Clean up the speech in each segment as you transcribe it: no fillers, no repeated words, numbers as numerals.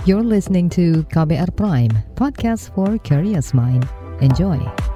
You're listening to KBR Prime, podcast for curious mind. Enjoy.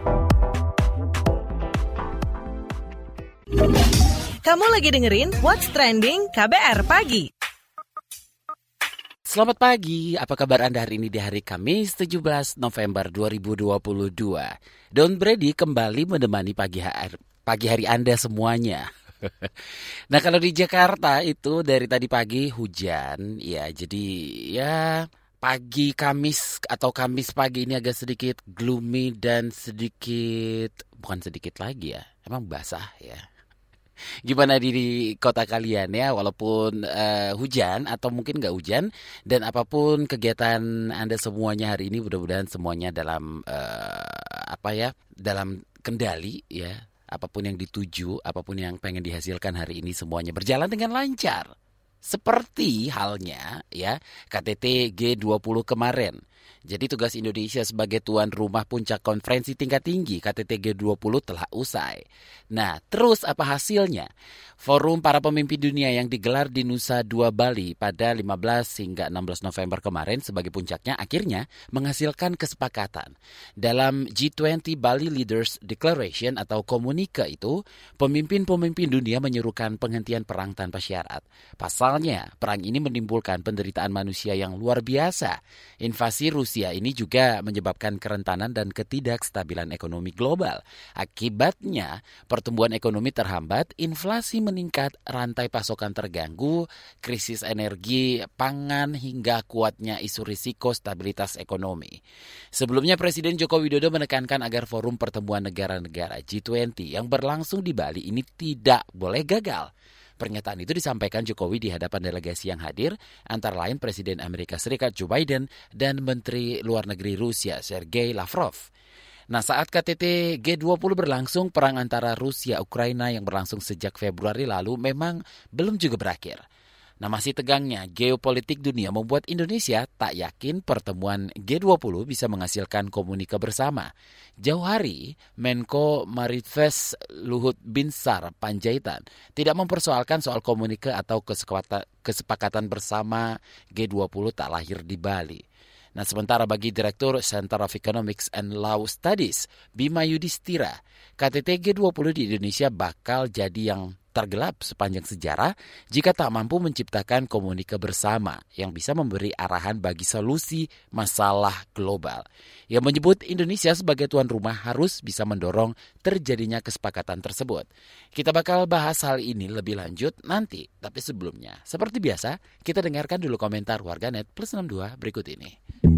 Kamu lagi dengerin What's Trending KBR Pagi. Selamat pagi, apa kabar Anda hari ini di hari Kamis 17 November 2022? Don Brady kembali menemani pagi hari Anda semuanya. Nah kalau di Jakarta itu dari tadi pagi hujan, ya jadi ya pagi Kamis atau Kamis pagi ini agak sedikit gloomy dan bukan sedikit lagi ya, emang basah ya. Gimana di kota kalian ya, walaupun hujan atau mungkin nggak hujan, dan apapun kegiatan Anda semuanya hari ini mudah-mudahan semuanya dalam dalam kendali ya. Apapun yang dituju, apapun yang pengen dihasilkan hari ini semuanya berjalan dengan lancar. Seperti halnya ya KTT G20 kemarin. Jadi tugas Indonesia sebagai tuan rumah puncak konferensi tingkat tinggi KTT G20 telah usai. Nah, terus apa hasilnya? Forum para pemimpin dunia yang digelar di Nusa Dua Bali pada 15 hingga 16 November kemarin sebagai puncaknya akhirnya menghasilkan kesepakatan. Dalam G20 Bali Leaders Declaration atau komunike itu, pemimpin-pemimpin dunia menyerukan penghentian perang tanpa syarat. Pasalnya, perang ini menimbulkan penderitaan manusia yang luar biasa. Invasi Rusia ini juga menyebabkan kerentanan dan ketidakstabilan ekonomi global. Akibatnya, pertumbuhan ekonomi terhambat, inflasi meningkat, rantai pasokan terganggu, krisis energi, pangan, hingga kuatnya isu risiko stabilitas ekonomi. Sebelumnya Presiden Joko Widodo menekankan agar forum pertemuan negara-negara G20 yang berlangsung di Bali ini tidak boleh gagal. Pernyataan itu disampaikan Jokowi di hadapan delegasi yang hadir, antara lain Presiden Amerika Serikat Joe Biden dan Menteri Luar Negeri Rusia Sergei Lavrov. Nah, saat KTT G20 berlangsung, perang antara Rusia-Ukraina yang berlangsung sejak Februari lalu memang belum juga berakhir. Nah, masih tegangnya geopolitik dunia membuat Indonesia tak yakin pertemuan G20 bisa menghasilkan komunike bersama. Jauh hari, Menko Maritim Luhut Binsar Panjaitan tidak mempersoalkan soal komunike atau kesepakatan bersama G20 tak lahir di Bali. Nah, sementara bagi Direktur Center of Economics and Law Studies, Bima Yudhistira, KTT G20 di Indonesia bakal jadi yang tergelap sepanjang sejarah jika tak mampu menciptakan komunike bersama yang bisa memberi arahan bagi solusi masalah global. Ia menyebut Indonesia sebagai tuan rumah harus bisa mendorong terjadinya kesepakatan tersebut. Kita bakal bahas hal ini lebih lanjut nanti, tapi sebelumnya, seperti biasa, kita dengarkan dulu komentar warganet plus 62 berikut ini.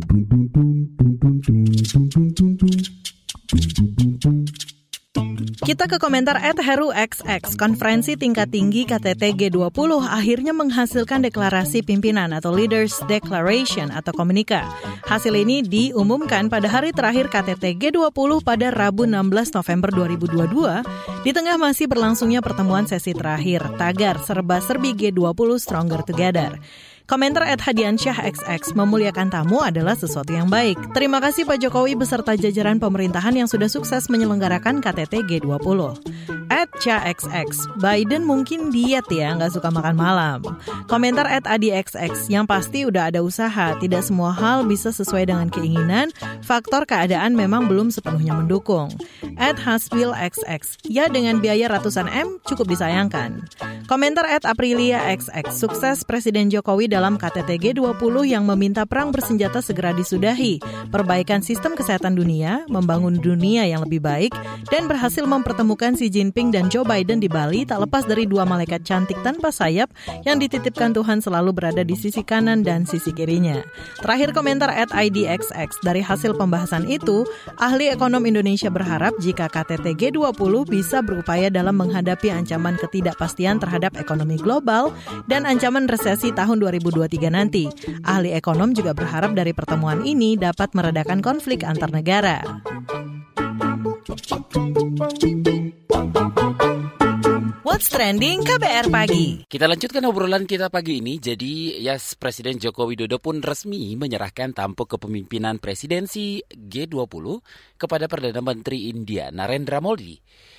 Kita ke komentar @heruxx. Konferensi tingkat tinggi KTT G20 akhirnya menghasilkan deklarasi pimpinan atau Leaders Declaration atau komunike. Hasil ini diumumkan pada hari terakhir KTT G20 pada Rabu 16 November 2022 di tengah masih berlangsungnya pertemuan sesi terakhir tagar serba-serbi G20 Stronger Together. Komentar @hadiansyah_xx, memuliakan tamu adalah sesuatu yang baik. Terima kasih Pak Jokowi beserta jajaran pemerintahan yang sudah sukses menyelenggarakan KTT G20. @ChaXX, Biden mungkin diet ya, nggak suka makan malam. Komentar @AdiXX, yang pasti udah ada usaha, tidak semua hal bisa sesuai dengan keinginan, faktor keadaan memang belum sepenuhnya mendukung. @HaswilXX, ya dengan biaya ratusan M cukup disayangkan. Komentar @ApriliaXX, sukses Presiden Jokowi dalam KTT G20 yang meminta perang bersenjata segera disudahi, perbaikan sistem kesehatan dunia, membangun dunia yang lebih baik, dan berhasil mempertemukan Xi Jinping dan Joe Biden di Bali tak lepas dari dua malaikat cantik tanpa sayap yang dititipkan Tuhan selalu berada di sisi kanan dan sisi kirinya. Terakhir komentar @IDXX, dari hasil pembahasan itu, ahli ekonom Indonesia berharap jika KTT G20 bisa berupaya dalam menghadapi ancaman ketidakpastian terhadap ekonomi global dan ancaman resesi tahun 2023 nanti. Ahli ekonom juga berharap dari pertemuan ini dapat meredakan konflik antar negara. What's Trending KBR Pagi. Kita lanjutkan obrolan kita pagi ini. Jadi, Presiden Joko Widodo pun resmi menyerahkan tampuk kepemimpinan presidensi G20 kepada Perdana Menteri India Narendra Modi.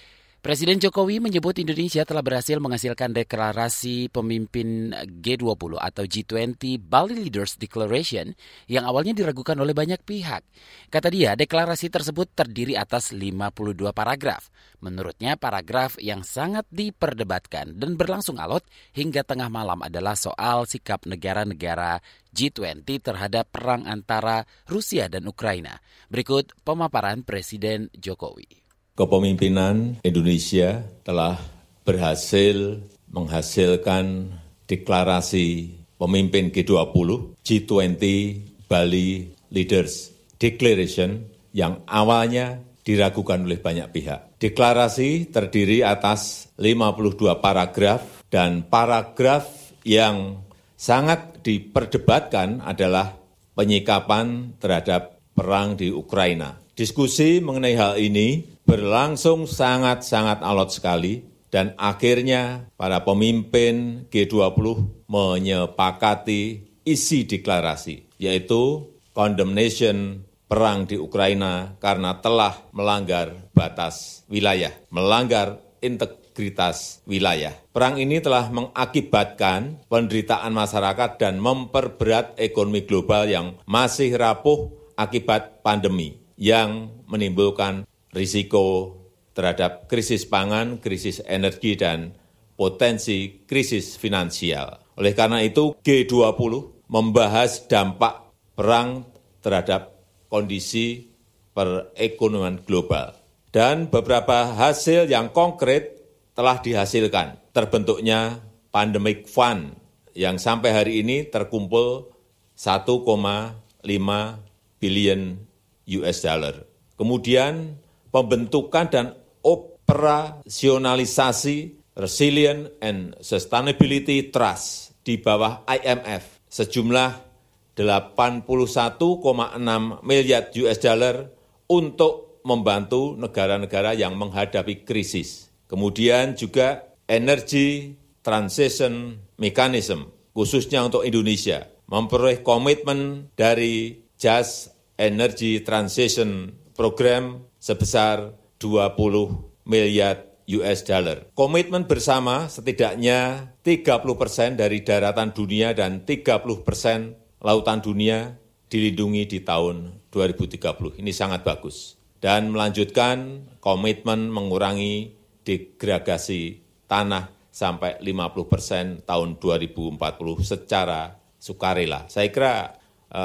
Presiden Jokowi menyebut Indonesia telah berhasil menghasilkan deklarasi pemimpin G20 atau G20 Bali Leaders Declaration yang awalnya diragukan oleh banyak pihak. Kata dia, deklarasi tersebut terdiri atas 52 paragraf. Menurutnya, paragraf yang sangat diperdebatkan dan berlangsung alot hingga tengah malam adalah soal sikap negara-negara G20 terhadap perang antara Rusia dan Ukraina. Berikut pemaparan Presiden Jokowi. Kepemimpinan Indonesia telah berhasil menghasilkan deklarasi pemimpin G20, G20 Bali Leaders Declaration yang awalnya diragukan oleh banyak pihak. Deklarasi terdiri atas 52 paragraf dan paragraf yang sangat diperdebatkan adalah penyikapan terhadap perang di Ukraina. Diskusi mengenai hal ini berlangsung sangat-sangat alot sekali dan akhirnya para pemimpin G20 menyepakati isi deklarasi, yaitu condemnation perang di Ukraina karena telah melanggar batas wilayah, melanggar integritas wilayah. Perang ini telah mengakibatkan penderitaan masyarakat dan memperberat ekonomi global yang masih rapuh akibat pandemi yang menimbulkan risiko terhadap krisis pangan, krisis energi, dan potensi krisis finansial. Oleh karena itu, G20 membahas dampak perang terhadap kondisi perekonomian global. Dan beberapa hasil yang konkret telah dihasilkan. Terbentuknya Pandemic Fund yang sampai hari ini terkumpul 1,5 billion US dollar. Kemudian pembentukan dan operasionalisasi Resilient and Sustainability Trust di bawah IMF sejumlah 81,6 miliar US dollar untuk membantu negara-negara yang menghadapi krisis. Kemudian juga Energy Transition Mechanism, khususnya untuk Indonesia, memperoleh komitmen dari Just Energy Transition Program sebesar 20 miliar US dollar. Komitmen bersama setidaknya 30% dari daratan dunia dan 30% lautan dunia dilindungi di tahun 2030. Ini sangat bagus. Dan melanjutkan komitmen mengurangi degradasi tanah sampai 50% tahun 2040 secara sukarela. Saya kira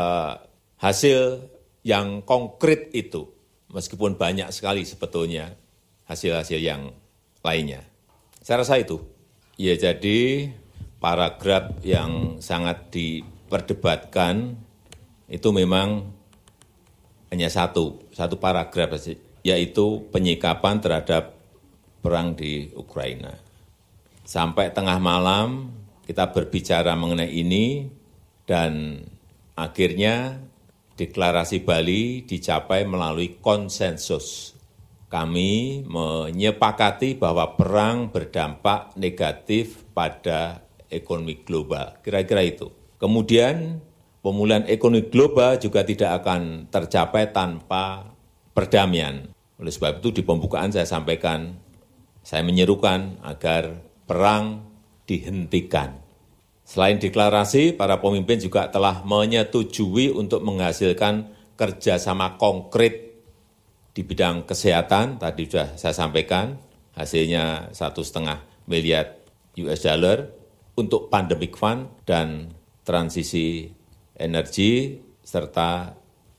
hasil yang konkret itu, meskipun banyak sekali sebetulnya hasil-hasil yang lainnya. Saya rasa itu. Ya, jadi paragraf yang sangat diperdebatkan itu memang hanya satu paragraf, yaitu penyikapan terhadap perang di Ukraina. Sampai tengah malam kita berbicara mengenai ini dan akhirnya deklarasi Bali dicapai melalui konsensus. Kami menyepakati bahwa perang berdampak negatif pada ekonomi global. Kira-kira itu. Kemudian pemulihan ekonomi global juga tidak akan tercapai tanpa perdamaian. Oleh sebab itu di pembukaan saya sampaikan, saya menyerukan agar perang dihentikan. Selain deklarasi, para pemimpin juga telah menyetujui untuk menghasilkan kerjasama konkret di bidang kesehatan. Tadi sudah saya sampaikan, hasilnya 1,5 miliar US dollar untuk Pandemic Fund dan transisi energi serta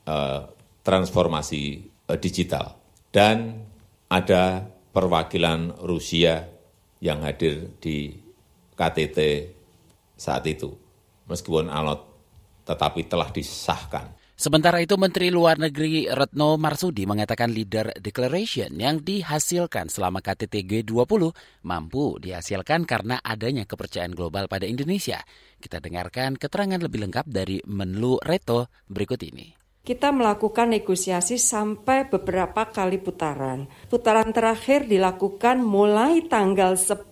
transformasi digital. Dan ada perwakilan Rusia yang hadir di KTT saat itu, meskipun alot, tetapi telah disahkan. Sementara itu, Menteri Luar Negeri Retno Marsudi mengatakan Leader Declaration yang dihasilkan selama KTT G20 mampu dihasilkan karena adanya kepercayaan global pada Indonesia. Kita dengarkan keterangan lebih lengkap dari Menlu Retno berikut ini. Kita melakukan negosiasi sampai beberapa kali putaran. Putaran terakhir dilakukan mulai tanggal 10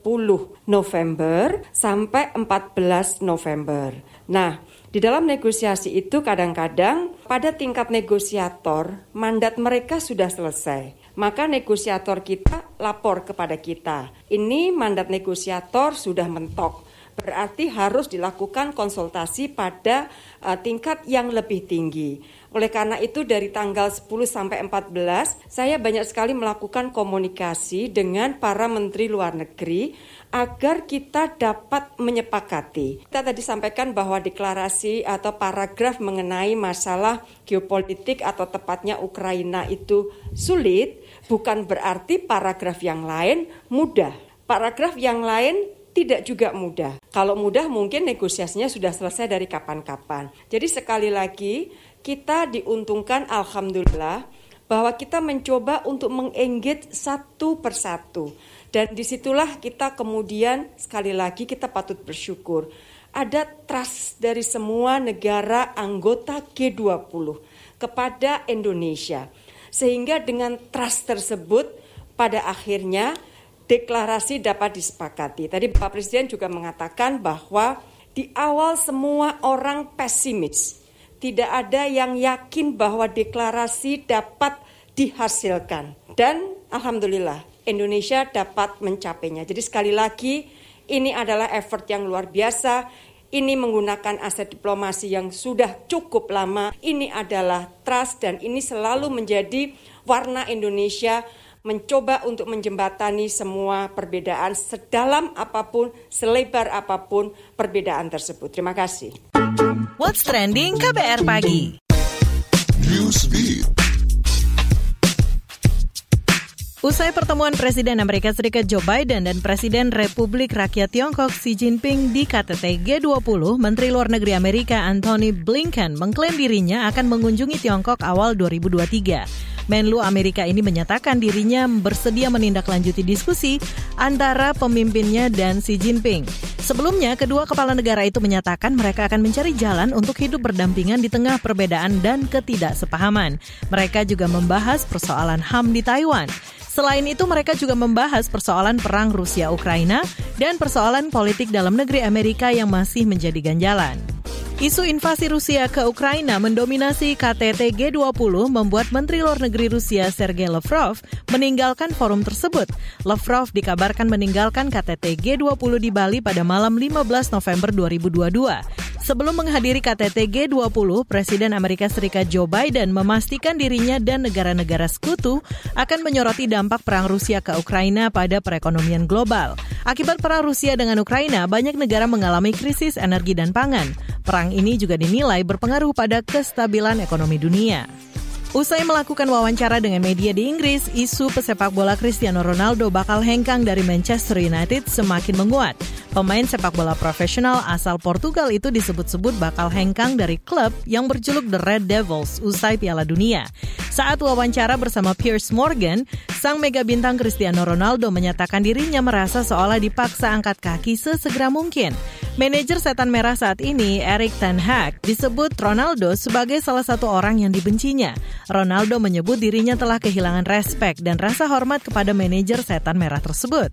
November sampai 14 November. Nah, di dalam negosiasi itu kadang-kadang pada tingkat negosiator, mandat mereka sudah selesai. Maka negosiator kita lapor kepada kita. Ini mandat negosiator sudah mentok. Berarti harus dilakukan konsultasi pada tingkat yang lebih tinggi. Oleh karena itu dari tanggal 10 sampai 14, saya banyak sekali melakukan komunikasi dengan para menteri luar negeri agar kita dapat menyepakati. Kita tadi sampaikan bahwa deklarasi atau paragraf mengenai masalah geopolitik atau tepatnya Ukraina itu sulit, bukan berarti paragraf yang lain mudah. Paragraf yang lain tidak juga mudah. Kalau mudah mungkin negosiasinya sudah selesai dari kapan-kapan. Jadi sekali lagi kita diuntungkan alhamdulillah bahwa kita mencoba untuk mengengage satu persatu. Dan disitulah kita kemudian sekali lagi kita patut bersyukur. Ada trust dari semua negara anggota G20 kepada Indonesia. Sehingga dengan trust tersebut pada akhirnya deklarasi dapat disepakati. Tadi Pak Presiden juga mengatakan bahwa di awal semua orang pesimis. Tidak ada yang yakin bahwa deklarasi dapat dihasilkan. Dan alhamdulillah Indonesia dapat mencapainya. Jadi sekali lagi ini adalah effort yang luar biasa. Ini menggunakan aset diplomasi yang sudah cukup lama. Ini adalah trust dan ini selalu menjadi warna Indonesia mencoba untuk menjembatani semua perbedaan sedalam apapun, selebar apapun perbedaan tersebut. Terima kasih. What's Trending KBR Pagi. Newsbeat. Usai pertemuan Presiden Amerika Serikat Joe Biden dan Presiden Republik Rakyat Tiongkok Xi Jinping di KTT G20, Menteri Luar Negeri Amerika Antony Blinken mengklaim dirinya akan mengunjungi Tiongkok awal 2023. Menlu Amerika ini menyatakan dirinya bersedia menindaklanjuti diskusi antara pemimpinnya dan Xi Jinping. Sebelumnya, kedua kepala negara itu menyatakan mereka akan mencari jalan untuk hidup berdampingan di tengah perbedaan dan ketidaksepahaman. Mereka juga membahas persoalan HAM di Taiwan. Selain itu, mereka juga membahas persoalan perang Rusia-Ukraina dan persoalan politik dalam negeri Amerika yang masih menjadi ganjalan. Isu invasi Rusia ke Ukraina mendominasi KTT G20 membuat Menteri Luar Negeri Rusia Sergei Lavrov meninggalkan forum tersebut. Lavrov dikabarkan meninggalkan KTT G20 di Bali pada malam 15 November 2022. Sebelum menghadiri KTT G20, Presiden Amerika Serikat Joe Biden memastikan dirinya dan negara-negara sekutu akan menyoroti dampak perang Rusia ke Ukraina pada perekonomian global. Akibat perang Rusia dengan Ukraina, banyak negara mengalami krisis energi dan pangan. Perang ini juga dinilai berpengaruh pada kestabilan ekonomi dunia. Usai melakukan wawancara dengan media di Inggris, isu pesepak bola Cristiano Ronaldo bakal hengkang dari Manchester United semakin menguat. Pemain sepak bola profesional asal Portugal itu disebut-sebut bakal hengkang dari klub yang berjuluk The Red Devils usai Piala Dunia. Saat wawancara bersama Piers Morgan, sang mega bintang Cristiano Ronaldo menyatakan dirinya merasa seolah dipaksa angkat kaki sesegera mungkin. Manajer Setan Merah saat ini, Erik ten Hag, disebut Ronaldo sebagai salah satu orang yang dibencinya. Ronaldo menyebut dirinya telah kehilangan respek dan rasa hormat kepada manajer Setan Merah tersebut.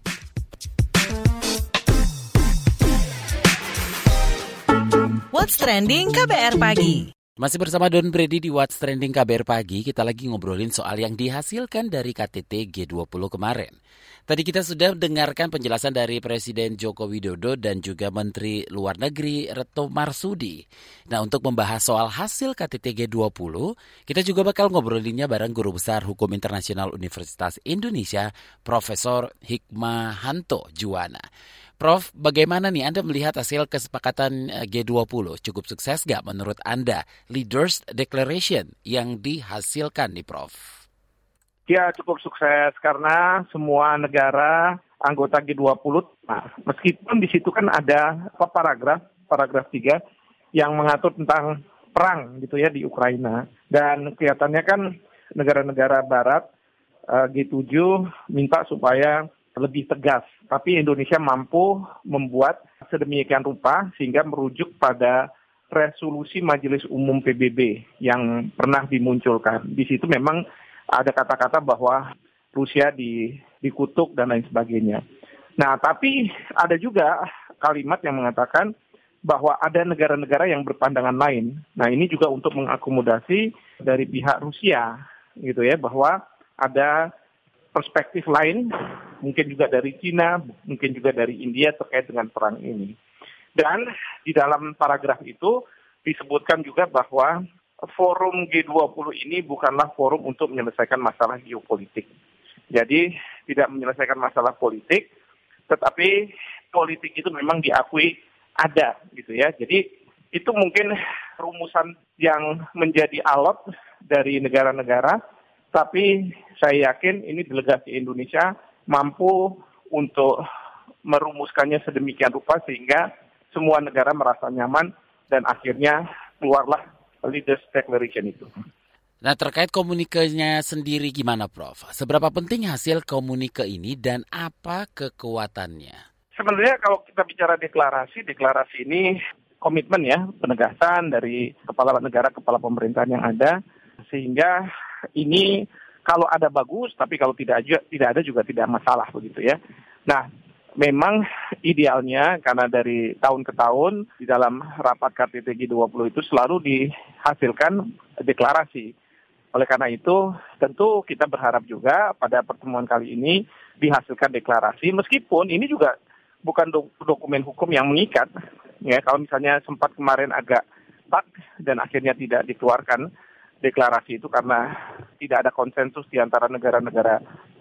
What's Trending KBR Pagi. Masih bersama Don Brady di What's Trending KBR Pagi, kita lagi ngobrolin soal yang dihasilkan dari KTT G20 kemarin. Tadi kita sudah dengarkan penjelasan dari Presiden Joko Widodo dan juga Menteri Luar Negeri Retno Marsudi. Nah, untuk membahas soal hasil KTT G20, kita juga bakal ngobrolinnya bareng Guru Besar Hukum Internasional Universitas Indonesia, Profesor Hikmahanto Juwana. Prof, bagaimana nih Anda melihat hasil kesepakatan G20? Cukup sukses nggak menurut Anda Leaders Declaration yang dihasilkan nih, Prof? Ya, cukup sukses karena semua negara anggota G20, nah, meskipun di situ kan ada paragraf 3 yang mengatur tentang perang gitu ya di Ukraina. Dan kelihatannya kan negara-negara barat G7 minta supaya lebih tegas. Tapi Indonesia mampu membuat sedemikian rupa sehingga merujuk pada resolusi Majelis Umum PBB yang pernah dimunculkan. Di situ memang ada kata-kata bahwa Rusia dikutuk dan lain sebagainya. Nah, tapi ada juga kalimat yang mengatakan bahwa ada negara-negara yang berpandangan lain. Nah, ini juga untuk mengakomodasi dari pihak Rusia, gitu ya, bahwa ada perspektif lain, mungkin juga dari China, mungkin juga dari India terkait dengan perang ini. Dan di dalam paragraf itu disebutkan juga bahwa forum G20 ini bukanlah forum untuk menyelesaikan masalah geopolitik. Jadi tidak menyelesaikan masalah politik, tetapi politik itu memang diakui ada gitu ya. Jadi itu mungkin rumusan yang menjadi alot dari negara-negara, tapi saya yakin ini delegasi Indonesia mampu untuk merumuskannya sedemikian rupa sehingga semua negara merasa nyaman dan akhirnya keluarlah Leaders Declaration itu. Nah, terkait komunikenya sendiri gimana, Prof? Seberapa penting hasil komunike ini dan apa kekuatannya? Sebenarnya kalau kita bicara deklarasi ini komitmen ya, penegasan dari kepala negara, kepala pemerintahan yang ada, sehingga ini kalau ada bagus, tapi kalau tidak ada juga tidak masalah begitu ya. Nah, memang idealnya karena dari tahun ke tahun di dalam rapat KTT G20 itu selalu dihasilkan deklarasi. Oleh karena itu, tentu kita berharap juga pada pertemuan kali ini dihasilkan deklarasi, meskipun ini juga bukan dokumen hukum yang mengikat. Ya, kalau misalnya sempat kemarin agak stuck dan akhirnya tidak dikeluarkan deklarasi itu karena tidak ada konsensus di antara negara-negara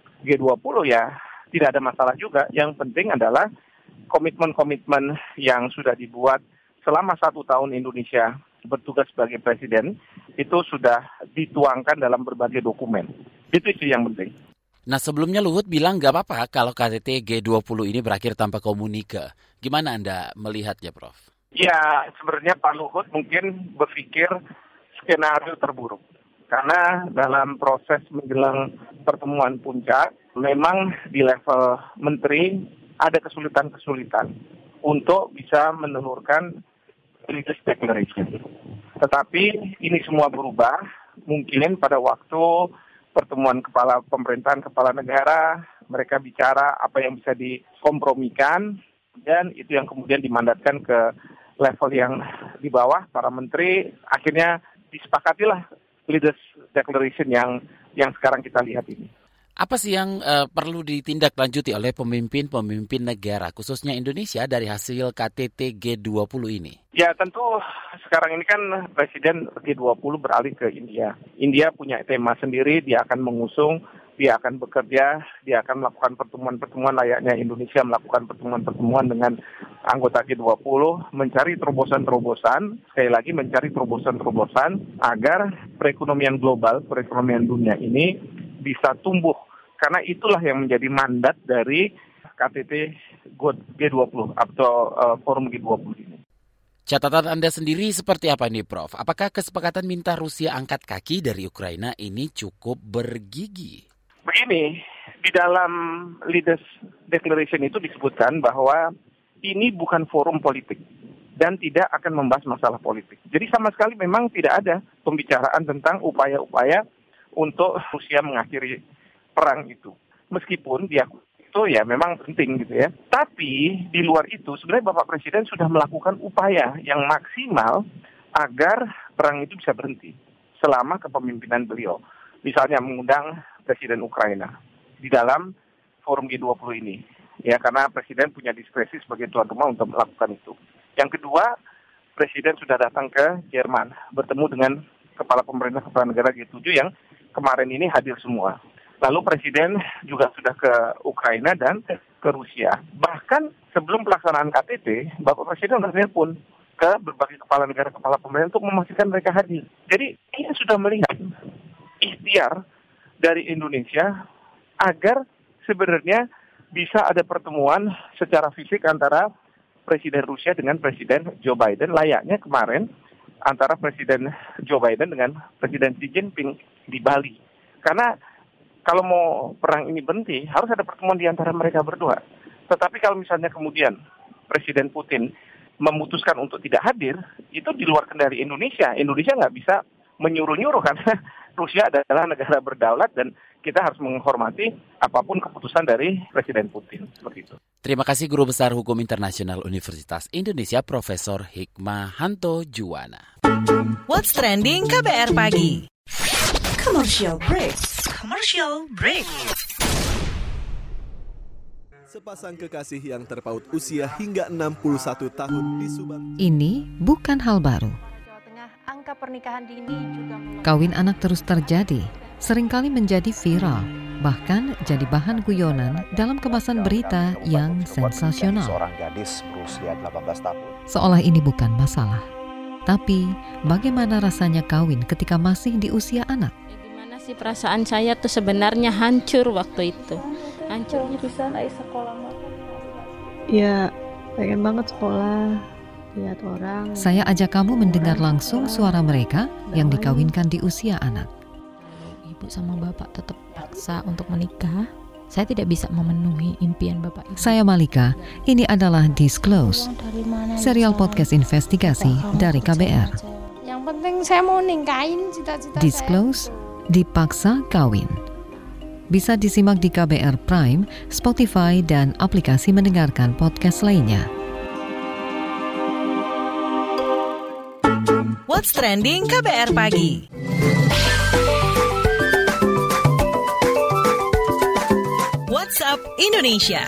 G20 ya, tidak ada masalah juga. Yang penting adalah komitmen-komitmen yang sudah dibuat selama 1 tahun Indonesia bertugas sebagai presiden itu sudah dituangkan dalam berbagai dokumen. Itu sih yang penting. Nah, sebelumnya Luhut bilang nggak apa-apa kalau KTT G20 ini berakhir tanpa komunike. Gimana Anda melihatnya, Prof? Ya, sebenarnya Pak Luhut mungkin berpikir skenario terburuk. Karena dalam proses menjelang pertemuan puncak, memang di level menteri ada kesulitan-kesulitan untuk bisa menelurkan Leaders Declaration. Tetapi ini semua berubah, mungkin pada waktu pertemuan kepala pemerintahan, kepala negara, mereka bicara apa yang bisa dikompromikan, dan itu yang kemudian dimandatkan ke level yang di bawah, para menteri, akhirnya disepakatilah Leaders Declaration yang sekarang kita lihat ini. Apa sih yang perlu ditindaklanjuti oleh pemimpin-pemimpin negara, khususnya Indonesia, dari hasil KTT G20 ini? Ya tentu sekarang ini kan Presiden G20 beralih ke India. India punya tema sendiri, dia akan mengusung, dia akan bekerja, dia akan melakukan pertemuan-pertemuan layaknya Indonesia melakukan pertemuan-pertemuan dengan anggota G20, mencari terobosan-terobosan, sekali lagi mencari terobosan-terobosan agar perekonomian global, perekonomian dunia ini bisa tumbuh. Karena itulah yang menjadi mandat dari KTT G20 atau forum G20 ini. Catatan Anda sendiri seperti apa nih, Prof? Apakah kesepakatan minta Rusia angkat kaki dari Ukraina ini cukup bergigi? Begini, di dalam Leaders Declaration itu disebutkan bahwa ini bukan forum politik dan tidak akan membahas masalah politik. Jadi sama sekali memang tidak ada pembicaraan tentang upaya-upaya untuk Rusia mengakhiri perang itu. Meskipun dia itu ya memang penting gitu ya. Tapi di luar itu sebenarnya Bapak Presiden sudah melakukan upaya yang maksimal agar perang itu bisa berhenti selama kepemimpinan beliau. Misalnya mengundang Presiden Ukraina di dalam forum G20 ini. Ya, karena Presiden punya diskresi sebagai tuan rumah untuk melakukan itu. Yang kedua, Presiden sudah datang ke Jerman bertemu dengan kepala pemerintah kepala negara G7 yang kemarin ini hadir semua. Lalu Presiden juga sudah ke Ukraina dan ke Rusia. Bahkan sebelum pelaksanaan KTT, Bapak Presiden sudah telepon ke berbagai kepala negara, kepala pemerintah untuk memastikan mereka hadir. Jadi ini sudah melihat ikhtiar dari Indonesia agar sebenarnya bisa ada pertemuan secara fisik antara Presiden Rusia dengan Presiden Joe Biden, layaknya kemarin antara Presiden Joe Biden dengan Presiden Xi Jinping di Bali. Karena kalau mau perang ini berhenti, harus ada pertemuan di antara mereka berdua. Tetapi kalau misalnya kemudian Presiden Putin memutuskan untuk tidak hadir, itu di luar kendali Indonesia. Indonesia nggak bisa menyuruh-nyuruh karena Rusia adalah negara berdaulat dan kita harus menghormati apapun keputusan dari Presiden Putin. Seperti itu. Terima kasih Guru Besar Hukum Internasional Universitas Indonesia, Profesor Hikmahanto Juwana. What's Trending KBR Pagi. Commercial break. Sepasang kekasih yang terpaut usia hingga 61 tahun di Subang. Ini bukan hal baru. Jawa Tengah, angka pernikahan dini juga Kawin anak terus terjadi, seringkali menjadi viral, bahkan jadi bahan guyonan dalam kemasan berita yang sensasional. Seorang gadis berusia 18 tahun. Seolah ini bukan masalah. Tapi, bagaimana rasanya kawin ketika masih di usia anak? Gimana sih perasaan saya tuh sebenarnya hancur waktu itu. Hancur bisa naik sekolah. Ya, pengen banget sekolah, lihat orang. Saya ajak kamu mendengar langsung suara mereka yang dikawinkan di usia anak. Ibu sama bapak tetap paksa untuk menikah. Saya tidak bisa memenuhi impian bapak ibu. Saya Malika, ini adalah Disclose, serial podcast investigasi dari KBR. Yang penting saya mau nikahin cita-cita Disclose, dipaksa kawin. Bisa disimak di KBR Prime, Spotify, dan aplikasi mendengarkan podcast lainnya. What's Trending KBR Pagi. WhatsApp Indonesia.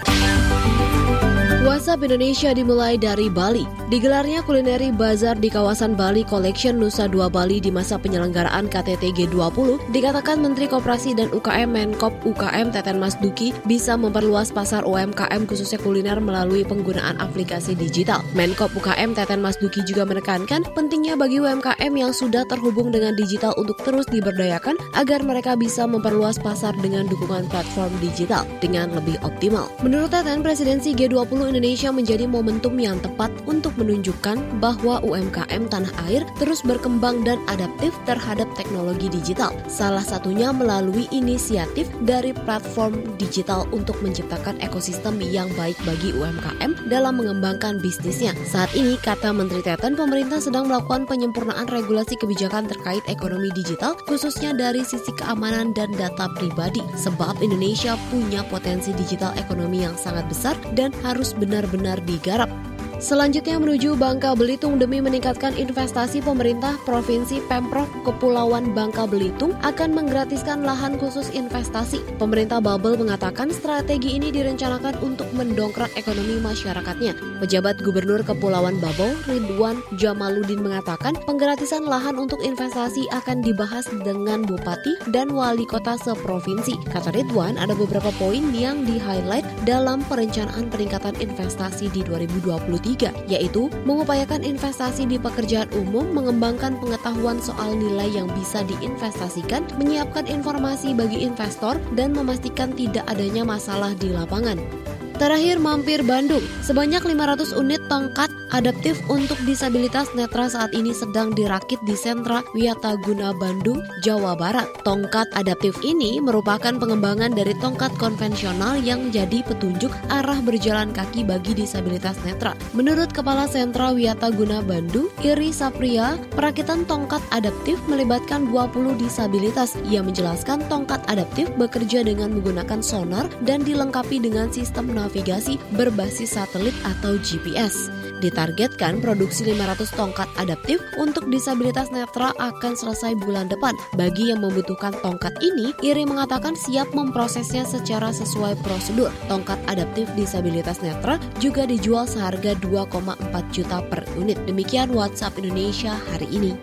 WhatsApp Indonesia dimulai dari Bali. Digelarnya Culinary Bazaar di kawasan Bali Collection Nusa Dua Bali di masa penyelenggaraan KTT G20, dikatakan Menteri Koperasi dan UKM Menkop UKM Teten Mas Duki bisa memperluas pasar UMKM khususnya kuliner melalui penggunaan aplikasi digital. Menkop UKM Teten Mas Duki juga menekankan pentingnya bagi UMKM yang sudah terhubung dengan digital untuk terus diberdayakan agar mereka bisa memperluas pasar dengan dukungan platform digital dengan lebih optimal. Menurut Teten, presidensi G20 Indonesia menjadi momentum yang tepat untuk menunjukkan bahwa UMKM tanah air terus berkembang dan adaptif terhadap teknologi digital. Salah satunya melalui inisiatif dari platform digital untuk menciptakan ekosistem yang baik bagi UMKM dalam mengembangkan bisnisnya. Saat ini, kata Menteri Teten, pemerintah sedang melakukan penyempurnaan regulasi kebijakan terkait ekonomi digital, khususnya dari sisi keamanan dan data pribadi. Sebab Indonesia punya potensi digital ekonomi yang sangat besar dan harus benar-benar digarap. Selanjutnya menuju Bangka Belitung demi meningkatkan investasi pemerintah Provinsi Pemprov Kepulauan Bangka Belitung akan menggratiskan lahan khusus investasi. Pemerintah Babel mengatakan strategi ini direncanakan untuk mendongkrak ekonomi masyarakatnya. Pejabat Gubernur Kepulauan Babel Ridwan Jamaluddin mengatakan penggratisan lahan untuk investasi akan dibahas dengan Bupati dan Wali Kota seprovinsi. Kata Ridwan, ada beberapa poin yang di-highlight dalam perencanaan peningkatan investasi di 2023. Yaitu mengupayakan investasi di pekerjaan umum, mengembangkan pengetahuan soal nilai yang bisa diinvestasikan, menyiapkan informasi bagi investor, dan memastikan tidak adanya masalah di lapangan. Terakhir mampir Bandung, sebanyak 500 unit tongkat adaptif untuk disabilitas netra saat ini sedang dirakit di Sentra Wiataguna Bandung, Jawa Barat. Tongkat adaptif ini merupakan pengembangan dari tongkat konvensional yang jadi petunjuk arah berjalan kaki bagi disabilitas netra. Menurut Kepala Sentra Wiataguna Bandung, Iri Sapria, perakitan tongkat adaptif melibatkan 20 disabilitas. Ia menjelaskan tongkat adaptif bekerja dengan menggunakan sonar dan dilengkapi dengan sistem navigasi berbasis satelit atau GPS. Ditargetkan produksi 500 tongkat adaptif untuk disabilitas netra akan selesai bulan depan. Bagi yang membutuhkan tongkat ini, Iri mengatakan siap memprosesnya secara sesuai prosedur. Tongkat adaptif disabilitas netra juga dijual seharga 2,4 juta per unit. Demikian WhatsApp Indonesia hari ini.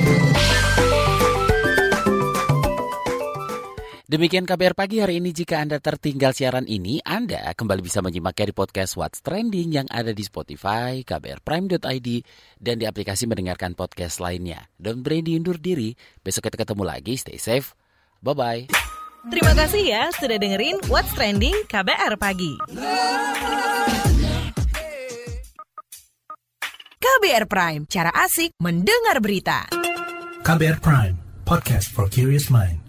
Demikian KBR Pagi hari ini. Jika Anda tertinggal siaran ini, Anda kembali bisa menyimaknya di podcast What's Trending yang ada di Spotify, kbrprime.id, dan di aplikasi mendengarkan podcast lainnya. Don't berani undur diri, besok kita ketemu lagi, stay safe, bye-bye. Terima kasih ya sudah dengerin What's Trending KBR Pagi. KBR Prime, cara asik mendengar berita. KBR Prime, podcast for curious mind.